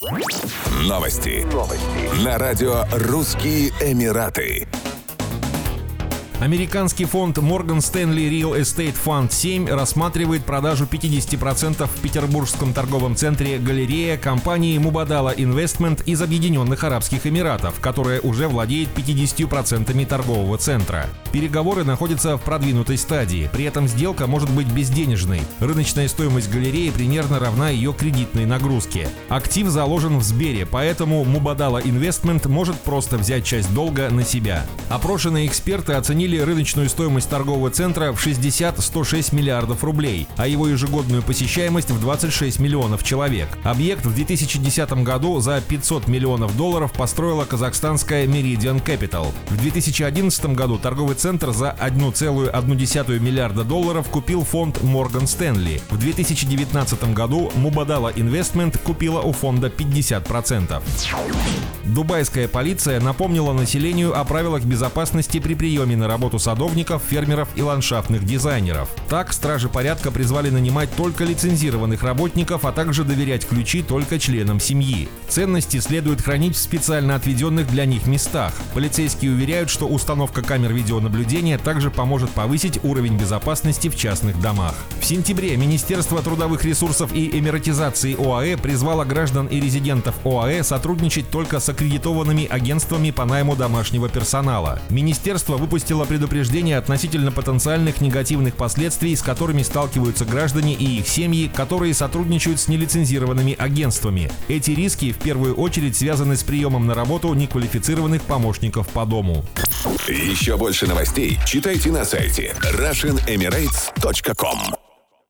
Новости. На радио «Русские Эмираты». Американский фонд Morgan Stanley Real Estate Fund 7 рассматривает продажу 50% в петербургском торговом центре «Галерея» компании Mubadala Investment из Объединенных Арабских Эмиратов, которая уже владеет 50% торгового центра. Переговоры находятся в продвинутой стадии, при этом сделка может быть безденежной. Рыночная стоимость галереи примерно равна ее кредитной нагрузке. Актив заложен в Сбере, поэтому Mubadala Investment может просто взять часть долга на себя. Опрошенные эксперты оценили рыночную стоимость торгового центра в 60-106 миллиардов рублей, а его ежегодную посещаемость в 26 миллионов человек. Объект в 2010 году за $500 миллионов построила казахстанская Meridian Capital. В 2011 году торговый центр за $1,1 миллиарда купил фонд Morgan Stanley. В 2019 году Mubadala Investment купила у фонда 50%. Дубайская полиция напомнила населению о правилах безопасности при приеме на работу садовников, фермеров и ландшафтных дизайнеров. Так, стражи порядка призвали нанимать только лицензированных работников, а также доверять ключи только членам семьи. Ценности следует хранить в специально отведенных для них местах. Полицейские уверяют, что установка камер видеонаблюдения также поможет повысить уровень безопасности в частных домах. В сентябре Министерство трудовых ресурсов и эмиратизации ОАЭ призвало граждан и резидентов ОАЭ сотрудничать только с аккредитованными агентствами по найму домашнего персонала. Министерство выпустило предупреждение относительно потенциальных негативных последствий, с которыми сталкиваются граждане и их семьи, которые сотрудничают с нелицензированными агентствами. Эти риски в первую очередь связаны с приемом на работу неквалифицированных помощников по дому. Еще больше новостей читайте на сайте RussianEmirates.com.